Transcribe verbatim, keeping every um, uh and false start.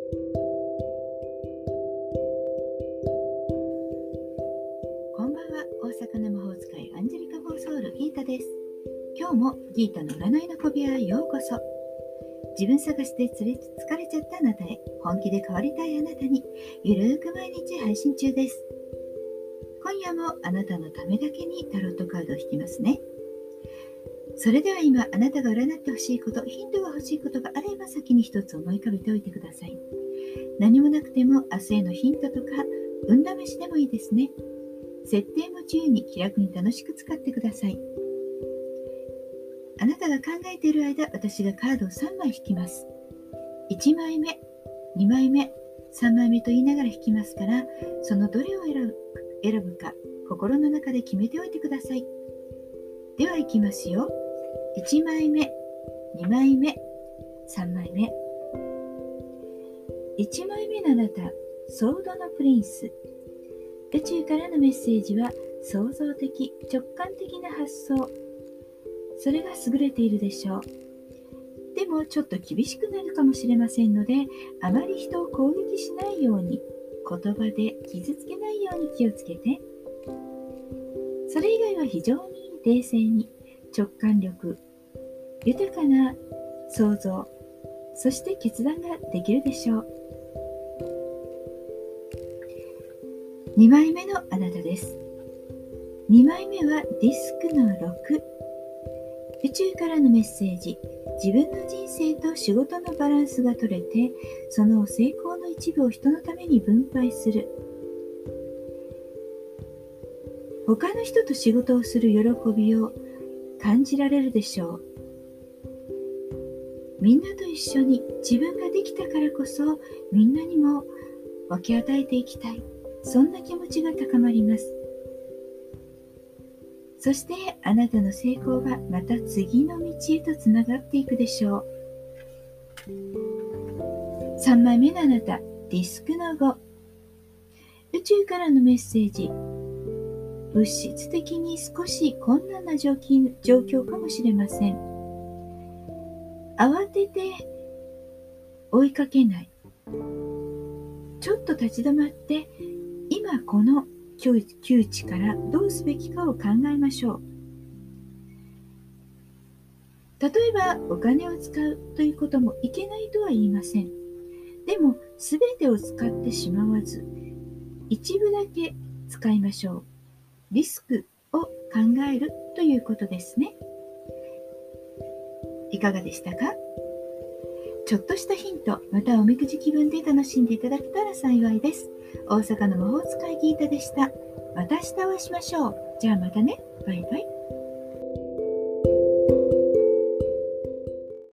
こんばんは。大阪の魔法使いアンジェリカ・フォーソウルギータです。今日もギータの占いの小部屋へようこそ。自分探しでつれ疲れちゃったあなたへ、本気で変わりたいあなたに、ゆるーく毎日配信中です。今夜もあなたのためだけにタロットカードを引きますね。それでは今あなたが占ってほしいこと、ヒントが欲しいことがあれば先に一つ思い浮かべておいてください。何もなくても明日へのヒントとか運試しでもいいですね。設定も自由に気楽に楽しく使ってください。あなたが考えている間、私がカードをさんまい引きます。いちまいめ、にまいめ、さんまいめと言いながら引きますから、そのどれを選ぶ、選ぶか心の中で決めておいてください。では行きますよ。いちまいめ、にまいめ、さんまいめ。いちまいめのあなた、ソードのプリンス。宇宙からのメッセージは創造的、直感的な発想。それが優れているでしょう。でもちょっと厳しくなるかもしれませんので、あまり人を攻撃しないように、言葉で傷つけないように気をつけて。それ以外は非常に冷静に、直感力、豊かな想像、そして決断ができるでしょう。にまいめのあなたです。にまいめはディスクのろく。宇宙からのメッセージ。自分の人生と仕事のバランスが取れて、その成功の一部を人のために分配する。他の人と仕事をする喜びを感じられるでしょう。みんなと一緒に自分ができたからこそ、みんなにも分け与えていきたい。そんな気持ちが高まります。そしてあなたの成功がまた次の道へとつながっていくでしょう。さんまいめのあなた、ディスクのご。宇宙からのメッセージ。物質的に少し困難な状況かもしれません。慌てて追いかけない。ちょっと立ち止まって、今この窮地からどうすべきかを考えましょう。例えばお金を使うということもいけないとは言いません。でも全てを使ってしまわず、一部だけ使いましょう。リスクを考えるということですね。いかがでしたか？ちょっとしたヒント、またおみくじ気分で楽しんでいただけたら幸いです。大阪の魔法使いギータでした。また明日お会いしましょう。じゃあまたね。バイバイ。